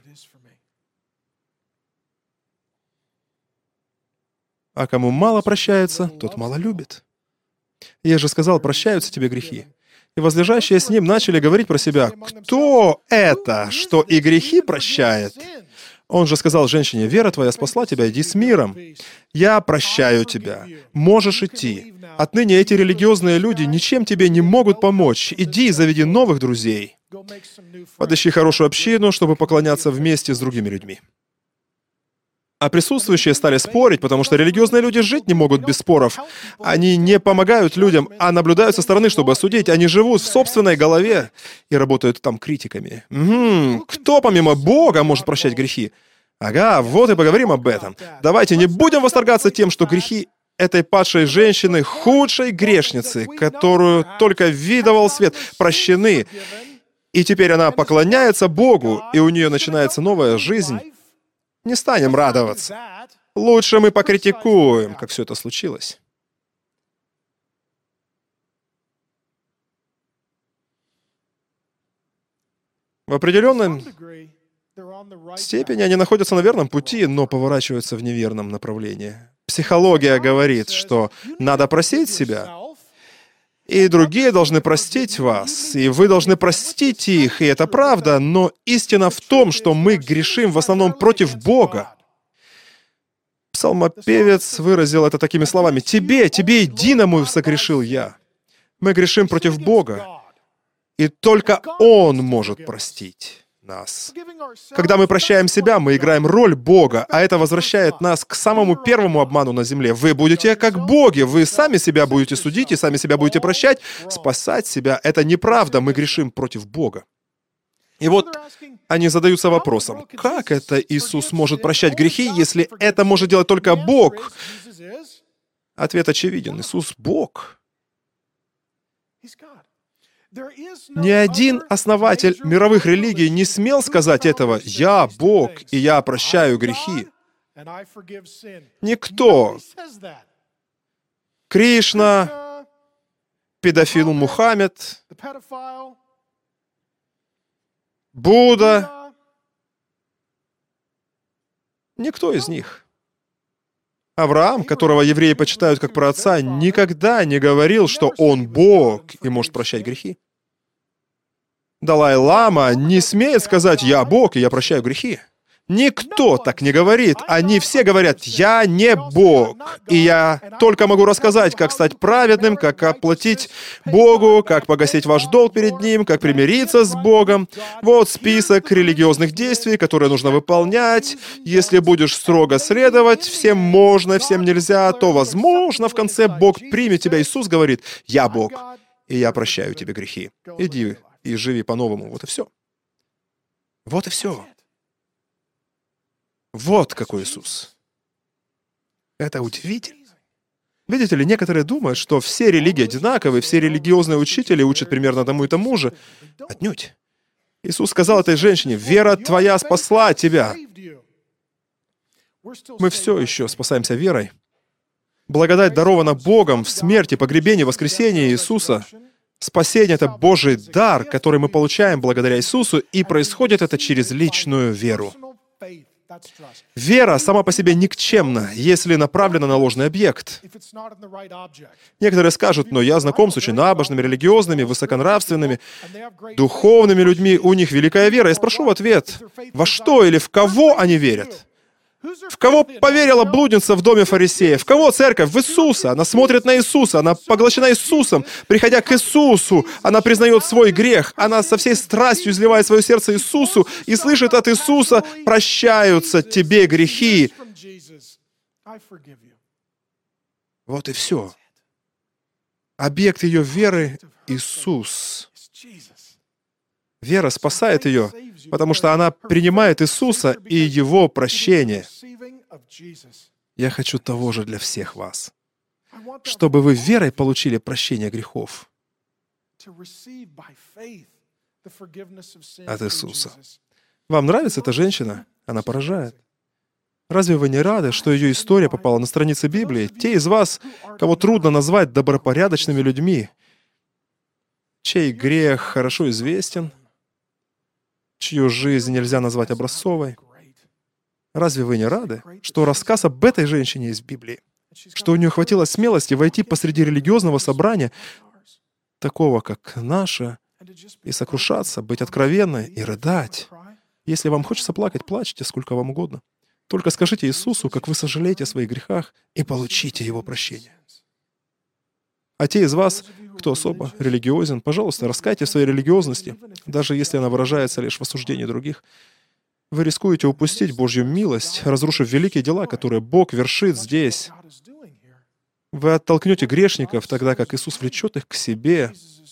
А кому мало прощается, тот мало любит. Я же сказал, прощаются тебе грехи. И возлежащие с ним начали говорить про себя, кто это, что и грехи прощает? Он же сказал женщине, вера твоя спасла тебя, иди с миром. Я прощаю тебя. Можешь идти. Отныне эти религиозные люди ничем тебе не могут помочь. Иди и заведи новых друзей. Подыщи хорошую общину, чтобы поклоняться вместе с другими людьми. А присутствующие стали спорить, потому что религиозные люди жить не могут без споров. Они не помогают людям, а наблюдают со стороны, чтобы осудить. Они живут в собственной голове и работают там критиками. Кто помимо Бога может прощать грехи? Ага, вот и поговорим об этом. Давайте не будем восторгаться тем, что грехи этой падшей женщины, худшей грешницы, которую только видывал свет, прощены. И теперь она поклоняется Богу, и у нее начинается новая жизнь. Не станем радоваться. Лучше мы покритикуем, как все это случилось. В определенной степени они находятся на верном пути, но поворачиваются в неверном направлении. Психология говорит, что надо просить себя, и другие должны простить вас, и вы должны простить их, и это правда, но истина в том, что мы грешим в основном против Бога. Псалмопевец выразил это такими словами: «Тебе, единому согрешил я». Мы грешим против Бога, и только Он может простить нас. Когда мы прощаем себя, мы играем роль Бога, а это возвращает нас к самому первому обману на земле. Вы будете как боги, вы сами себя будете судить и сами себя будете прощать. Спасать себя — это неправда, мы грешим против Бога. И вот они задаются вопросом: как это Иисус может прощать грехи, если это может делать только Бог? Ответ очевиден: Иисус — Бог. Ни один основатель мировых религий не смел сказать этого: «Я Бог, и я прощаю грехи». Никто. Кришна, педофил Мухаммед, Будда. Никто из них. Авраам, которого евреи почитают как праотца, никогда не говорил, что он Бог и может прощать грехи. Далай-лама не смеет сказать: «Я Бог, и я прощаю грехи». Никто так не говорит. Они все говорят: «Я не Бог, и я только могу рассказать, как стать праведным, как оплатить Богу, как погасить ваш долг перед Ним, как примириться с Богом. Вот список религиозных действий, которые нужно выполнять. Если будешь строго следовать, всем можно, всем нельзя, то, возможно, в конце Бог примет тебя». Иисус говорит: «Я Бог, и я прощаю тебе грехи. Иди и живи по-новому». Вот и все. Вот и все. Вот какой Иисус. Это удивительно. Видите ли, некоторые думают, что все религии одинаковые, все религиозные учители учат примерно одному и тому же. Отнюдь. Иисус сказал этой женщине: «Вера твоя спасла тебя». Мы все еще спасаемся верой. Благодать дарована Богом в смерти, погребении, воскресении Иисуса. Спасение — это Божий дар, который мы получаем благодаря Иисусу, и происходит это через личную веру. Вера сама по себе никчемна, если направлена на ложный объект. Некоторые скажут: «Но я знаком с очень набожными, религиозными, высоконравственными, духовными людьми, у них великая вера». Я спрошу в ответ: во что или в кого они верят? В кого поверила блудница в доме фарисеев? В кого церковь? В Иисуса. Она смотрит на Иисуса, она поглощена Иисусом. Приходя к Иисусу, она признает свой грех, она со всей страстью изливает свое сердце Иисусу и слышит от Иисуса: «Прощаются тебе грехи». Вот и все. Объект ее веры — Иисус. Вера спасает ее, потому что она принимает Иисуса и Его прощение. Я хочу того же для всех вас, чтобы вы верой получили прощение грехов от Иисуса. Вам нравится эта женщина? Она поражает. Разве вы не рады, что ее история попала на страницы Библии? Те из вас, кого трудно назвать добропорядочными людьми, чей грех хорошо известен, чью жизнь нельзя назвать образцовой. Разве вы не рады, что рассказ об этой женщине из Библии, что у нее хватило смелости войти посреди религиозного собрания, такого, как наше, и сокрушаться, быть откровенной и рыдать? Если вам хочется плакать, плачьте сколько вам угодно. Только скажите Иисусу, как вы сожалеете о своих грехах, и получите Его прощение. А те из вас, кто особо религиозен, пожалуйста, раскайтесь в своей религиозности, даже если она выражается лишь в осуждении других. вы рискуете упустить Божью милость, разрушив великие дела, которые Бог вершит здесь. Вы оттолкнете грешников, тогда как Иисус влечет их к себе.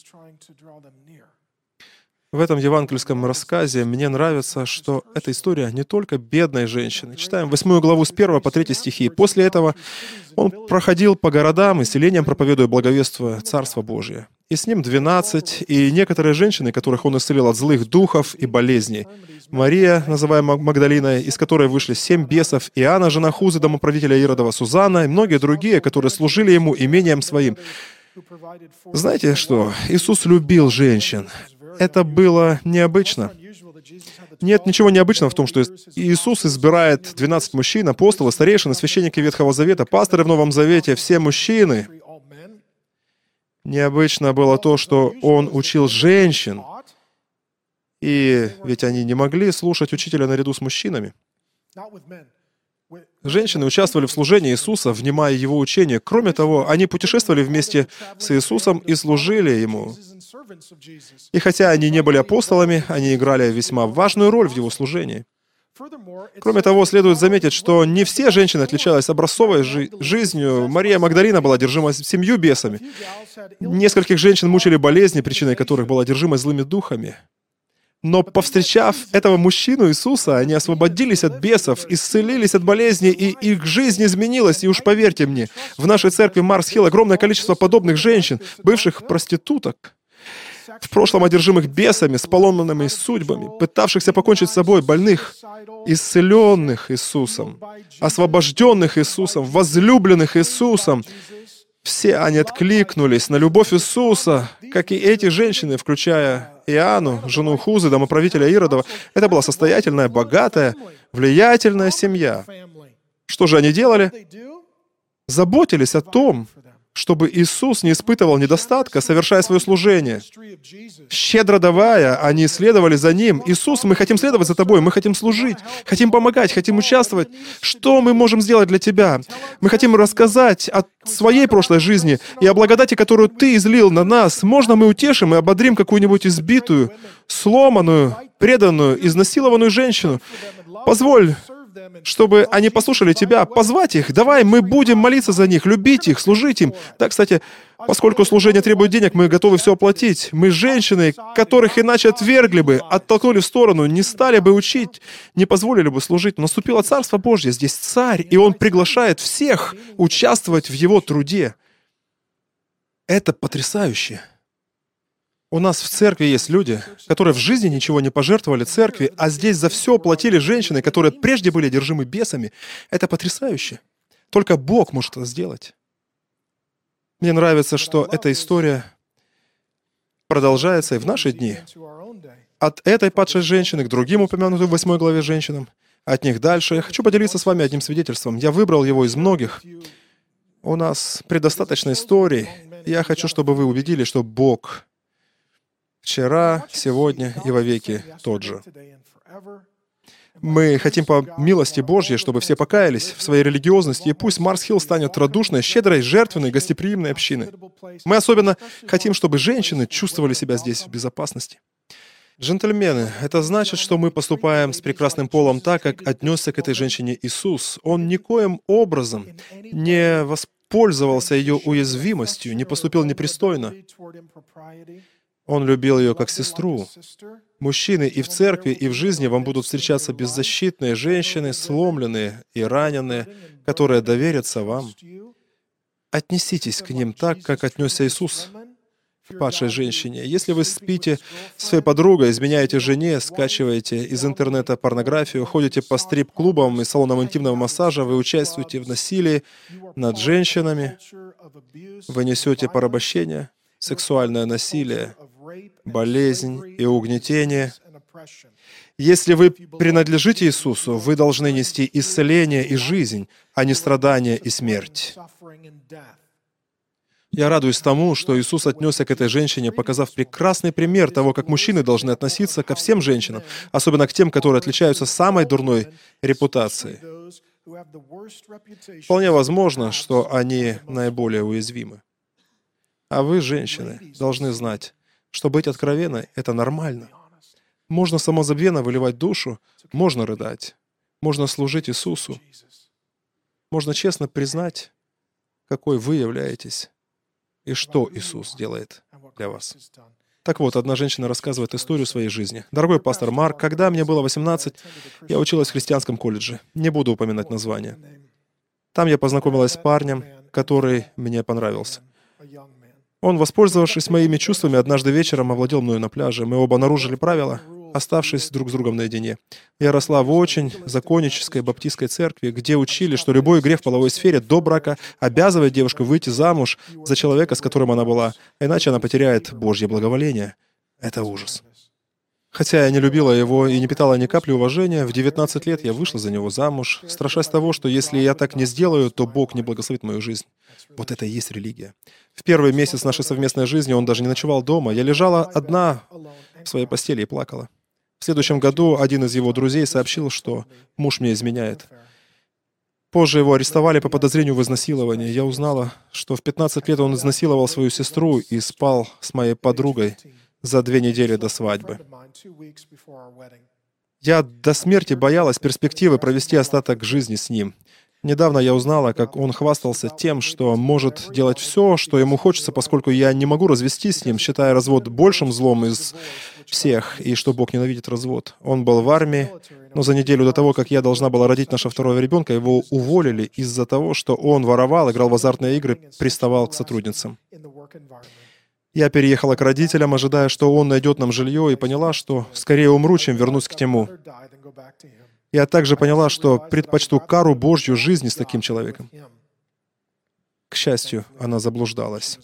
В этом евангельском рассказе мне нравится, что эта история не только бедной женщины. Читаем 8 главу с 1 по 3 стихи. «После этого он проходил по городам и селениям, проповедуя благовествуя Царство Божие. И с ним 12, и некоторые женщины, которых он исцелил от злых духов и болезней. Мария, называемая Магдалиной, из которой вышли 7 бесов, и Иоанна, жена Хузы, домоправителя Иродова, Сузанна, и многие другие, которые служили ему имением своим». Знаете что? Иисус любил женщин. Это было необычно. Нет ничего необычного в том, что Иисус избирает 12 мужчин, апостолы, старейшины, священники Ветхого Завета, пасторы в Новом Завете, все мужчины. Необычно было то, что Он учил женщин, и ведь они не могли слушать учителя наряду с мужчинами. Женщины участвовали в служении Иисуса, внимая Его учению. Кроме того, они путешествовали вместе с Иисусом и служили Ему. И хотя они не были апостолами, они играли весьма важную роль в Его служении. Кроме того, следует заметить, что не все женщины отличались образцовой жизнью. Мария Магдалина была одержима 7 бесами. Нескольких женщин мучили болезни, причиной которых была одержимость злыми духами. Но, повстречав этого мужчину Иисуса, они освободились от бесов, исцелились от болезней, и их жизнь изменилась. И уж поверьте мне, в нашей церкви Марс-Хилл огромное количество подобных женщин, бывших проституток, в прошлом одержимых бесами, с поломанными судьбами, пытавшихся покончить с собой, больных, исцеленных Иисусом, освобожденных Иисусом, возлюбленных Иисусом. Все они откликнулись на любовь Иисуса, как и эти женщины, включая Иоанну, жену Хузы, домоправителя Иродова. Это была состоятельная, богатая, влиятельная семья. Что же они делали? Заботились о том, чтобы Иисус не испытывал недостатка, совершая свое служение. Щедро давая, они следовали за Ним. «Иисус, мы хотим следовать за Тобой, мы хотим служить, хотим помогать, хотим участвовать. Что мы можем сделать для Тебя? Мы хотим рассказать о своей прошлой жизни и о благодати, которую Ты излил на нас. Можно мы утешим и ободрим какую-нибудь избитую, сломанную, преданную, изнасилованную женщину? Позволь, чтобы они послушали Тебя, позвать их. Давай, мы будем молиться за них, любить их, служить им. Да, кстати, поскольку служение требует денег, мы готовы все оплатить. Мы женщины, которых иначе отвергли бы, оттолкнули в сторону, не стали бы учить, не позволили бы служить. Но наступило Царство Божье, здесь Царь, и Он приглашает всех участвовать в Его труде. Это потрясающе. У нас в церкви есть люди, которые в жизни ничего не пожертвовали церкви, а здесь за все платили женщины, которые прежде были одержимы бесами. Это потрясающе. Только Бог может это сделать. Мне нравится, что эта история продолжается и в наши дни. От этой падшей женщины к другим упомянутым в 8 главе женщинам, от них дальше. Я хочу поделиться с вами одним свидетельством. Я выбрал его из многих. У нас предостаточно историй. Я хочу, чтобы вы убедились, что Бог вчера, сегодня и вовеки тот же. Мы хотим по милости Божьей, чтобы все покаялись в своей религиозности, и пусть Марс-Хилл станет радушной, щедрой, жертвенной, гостеприимной общиной. Мы особенно хотим, чтобы женщины чувствовали себя здесь в безопасности. Джентльмены, это значит, что мы поступаем с прекрасным полом так, как отнесся к этой женщине Иисус. Он никоим образом не воспользовался ее уязвимостью, не поступил непристойно. Он любил ее как сестру. Мужчины, и в церкви, и в жизни вам будут встречаться беззащитные женщины, сломленные и раненые, которые доверятся вам. Отнеситесь к ним так, как отнесся Иисус к падшей женщине. Если вы спите с своей подругой, изменяете жене, скачиваете из интернета порнографию, ходите по стрип-клубам и салонам интимного массажа, вы участвуете в насилии над женщинами, вы несете порабощение, сексуальное насилие, болезнь и угнетение. Если вы принадлежите Иисусу, вы должны нести исцеление и жизнь, а не страдания и смерть. Я радуюсь тому, что Иисус отнесся к этой женщине, показав прекрасный пример того, как мужчины должны относиться ко всем женщинам, особенно к тем, которые отличаются самой дурной репутацией. Вполне возможно, что они наиболее уязвимы. А вы, женщины, должны знать, что быть откровенной — это нормально. Можно самозабвенно выливать душу, можно рыдать, можно служить Иисусу, можно честно признать, какой вы являетесь и что Иисус делает для вас. Так вот, одна женщина рассказывает историю своей жизни. «Дорогой пастор Марк, когда мне было 18, я училась в христианском колледже. Не буду упоминать название. Там я познакомилась с парнем, который мне понравился. Он, воспользовавшись моими чувствами, однажды вечером овладел мною на пляже. Мы оба нарушили правила, оставшись друг с другом наедине. Я росла в очень законнической баптистской церкви, где учили, что любой грех в половой сфере до брака обязывает девушку выйти замуж за человека, с которым она была, иначе она потеряет Божье благоволение. Это ужас. Хотя я не любила его и не питала ни капли уважения, в 19 лет я вышла за него замуж, страшась того, что если я так не сделаю, то Бог не благословит мою жизнь. Вот это и есть религия. В первый месяц нашей совместной жизни он даже не ночевал дома. Я лежала одна в своей постели и плакала. В следующем году один из его друзей сообщил, что муж мне изменяет. Позже его арестовали по подозрению в изнасиловании. Я узнала, что в 15 лет он изнасиловал свою сестру и спал с моей подругой за 2 недели до свадьбы. Я до смерти боялась перспективы провести остаток жизни с ним. Недавно я узнала, как он хвастался тем, что может делать все, что ему хочется, поскольку я не могу развестись с ним, считая развод большим злом из всех, и что Бог ненавидит развод. Он был в армии, но за неделю до того, как я должна была родить нашего второго ребенка, его уволили из-за того, что он воровал, играл в азартные игры, приставал к сотрудницам. Я переехала к родителям, ожидая, что он найдет нам жилье, и поняла, что скорее умру, чем вернусь к нему. Я также поняла, что предпочту кару Божью жизни с таким человеком. К счастью, она заблуждалась.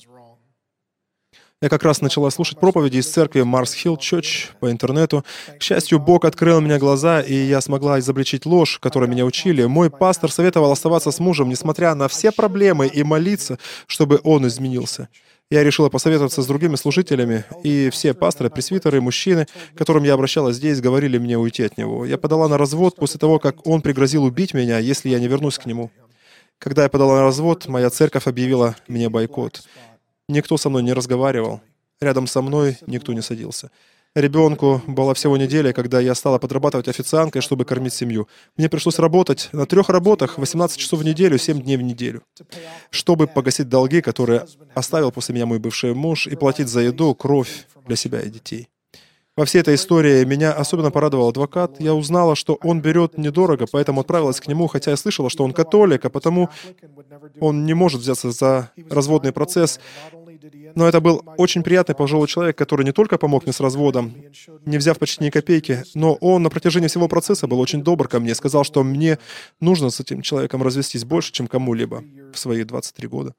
Я как раз начала слушать проповеди из церкви Mars Hill Church по интернету. К счастью, Бог открыл мне глаза, и я смогла изобличить ложь, которой меня учили. Мой пастор советовал оставаться с мужем, несмотря на все проблемы, и молиться, чтобы он изменился. Я решила посоветоваться с другими служителями, и все пасторы, пресвитеры, мужчины, к которым я обращалась здесь, говорили мне уйти от него. Я подала на развод после того, как он пригрозил убить меня, если я не вернусь к нему. Когда я подала на развод, моя церковь объявила мне бойкот. Никто со мной не разговаривал. Рядом со мной никто не садился. Ребенку была всего неделя, когда я стала подрабатывать официанткой, чтобы кормить семью. Мне пришлось работать на 3 работах, 18 часов в неделю, 7 дней в неделю, чтобы погасить долги, которые оставил после меня мой бывший муж, и платить за еду, кровь для себя и детей. Во всей этой истории меня особенно порадовал адвокат. Я узнала, что он берет недорого, поэтому отправилась к нему, хотя я слышала, что он католик, а потому он не может взяться за разводный процесс. Но это был очень приятный пожилой человек, который не только помог мне с разводом, не взяв почти ни копейки, но он на протяжении всего процесса был очень добр ко мне, сказал, что мне нужно с этим человеком развестись больше, чем кому-либо в свои 23 года.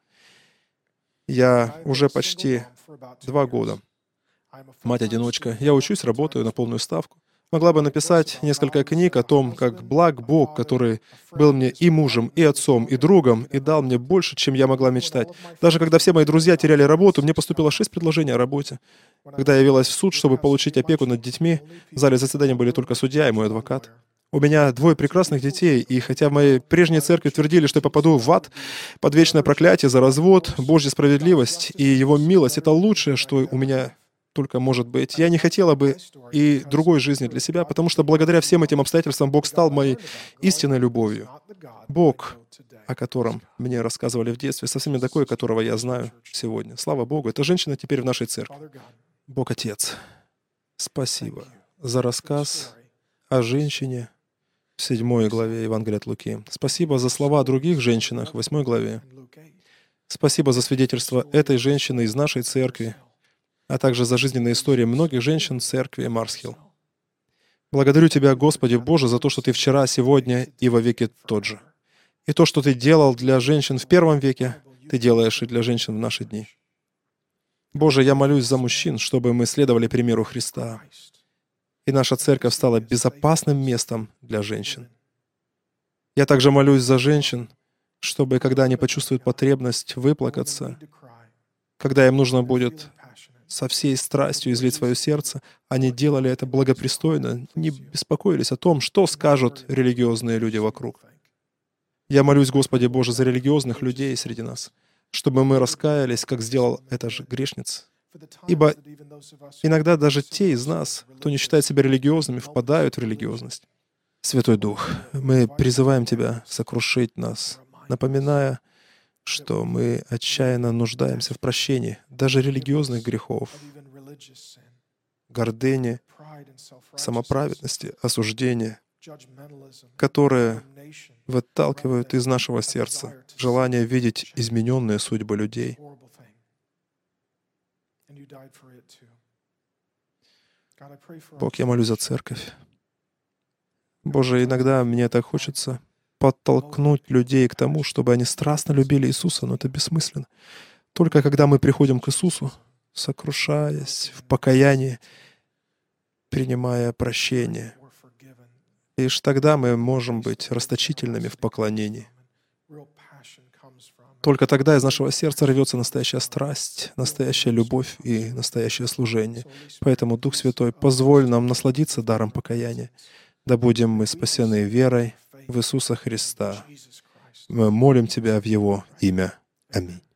Я уже почти 2 года мать-одиночка. Я учусь, работаю на полную ставку. Могла бы написать несколько книг о том, как благ Бог, который был мне и мужем, и отцом, и другом, и дал мне больше, чем я могла мечтать. Даже когда все мои друзья теряли работу, мне поступило 6 предложений о работе. Когда я явилась в суд, чтобы получить опеку над детьми, в зале заседания были только судья и мой адвокат. У меня 2 прекрасных детей, и хотя в моей прежней церкви твердили, что я попаду в ад под вечное проклятие за развод, Божья справедливость и Его милость — это лучшее, что у меня только может быть. Я не хотела бы и другой жизни для себя, потому что благодаря всем этим обстоятельствам Бог стал моей истинной любовью. Бог, о котором мне рассказывали в детстве, совсем не такой, которого я знаю сегодня. Слава Богу, эта женщина теперь в нашей церкви. Бог Отец, спасибо за рассказ о женщине в 7 главе Евангелия от Луки. Спасибо за слова о других женщинах в 8 главе. Спасибо за свидетельство этой женщины из нашей церкви, а также за жизненные истории многих женщин в церкви Mars Hill. Благодарю Тебя, Господи Боже, за то, что Ты вчера, сегодня и во веки тот же. И то, что Ты делал для женщин в 1 веке, Ты делаешь и для женщин в наши дни. Боже, я молюсь за мужчин, чтобы мы следовали примеру Христа, и наша церковь стала безопасным местом для женщин. Я также молюсь за женщин, чтобы, когда они почувствуют потребность выплакаться, когда им нужно будет со всей страстью излить свое сердце, они делали это благопристойно, не беспокоились о том, что скажут религиозные люди вокруг. Я молюсь, Господи Боже, за религиозных людей среди нас, чтобы мы раскаялись, как сделал эта же грешница, Ибо иногда даже те из нас, кто не считает себя религиозными, впадают в религиозность. Святой Дух, мы призываем Тебя сокрушить нас, напоминая, что мы отчаянно нуждаемся в прощении даже религиозных грехов, гордыни, самоправедности, осуждения, которые выталкивают из нашего сердца желание видеть измененные судьбы людей. Бог, я молюсь за церковь. Боже, иногда мне так хочется подтолкнуть людей к тому, чтобы они страстно любили Иисуса, но это бессмысленно. Только когда мы приходим к Иисусу, сокрушаясь в покаянии, принимая прощение, лишь тогда мы можем быть расточительными в поклонении. Только тогда из нашего сердца рвется настоящая страсть, настоящая любовь и настоящее служение. Поэтому, Дух Святой, позволь нам насладиться даром покаяния. Да будем мы спасены верой в Иисуса Христа. Мы молим Тебя в Его имя. Аминь.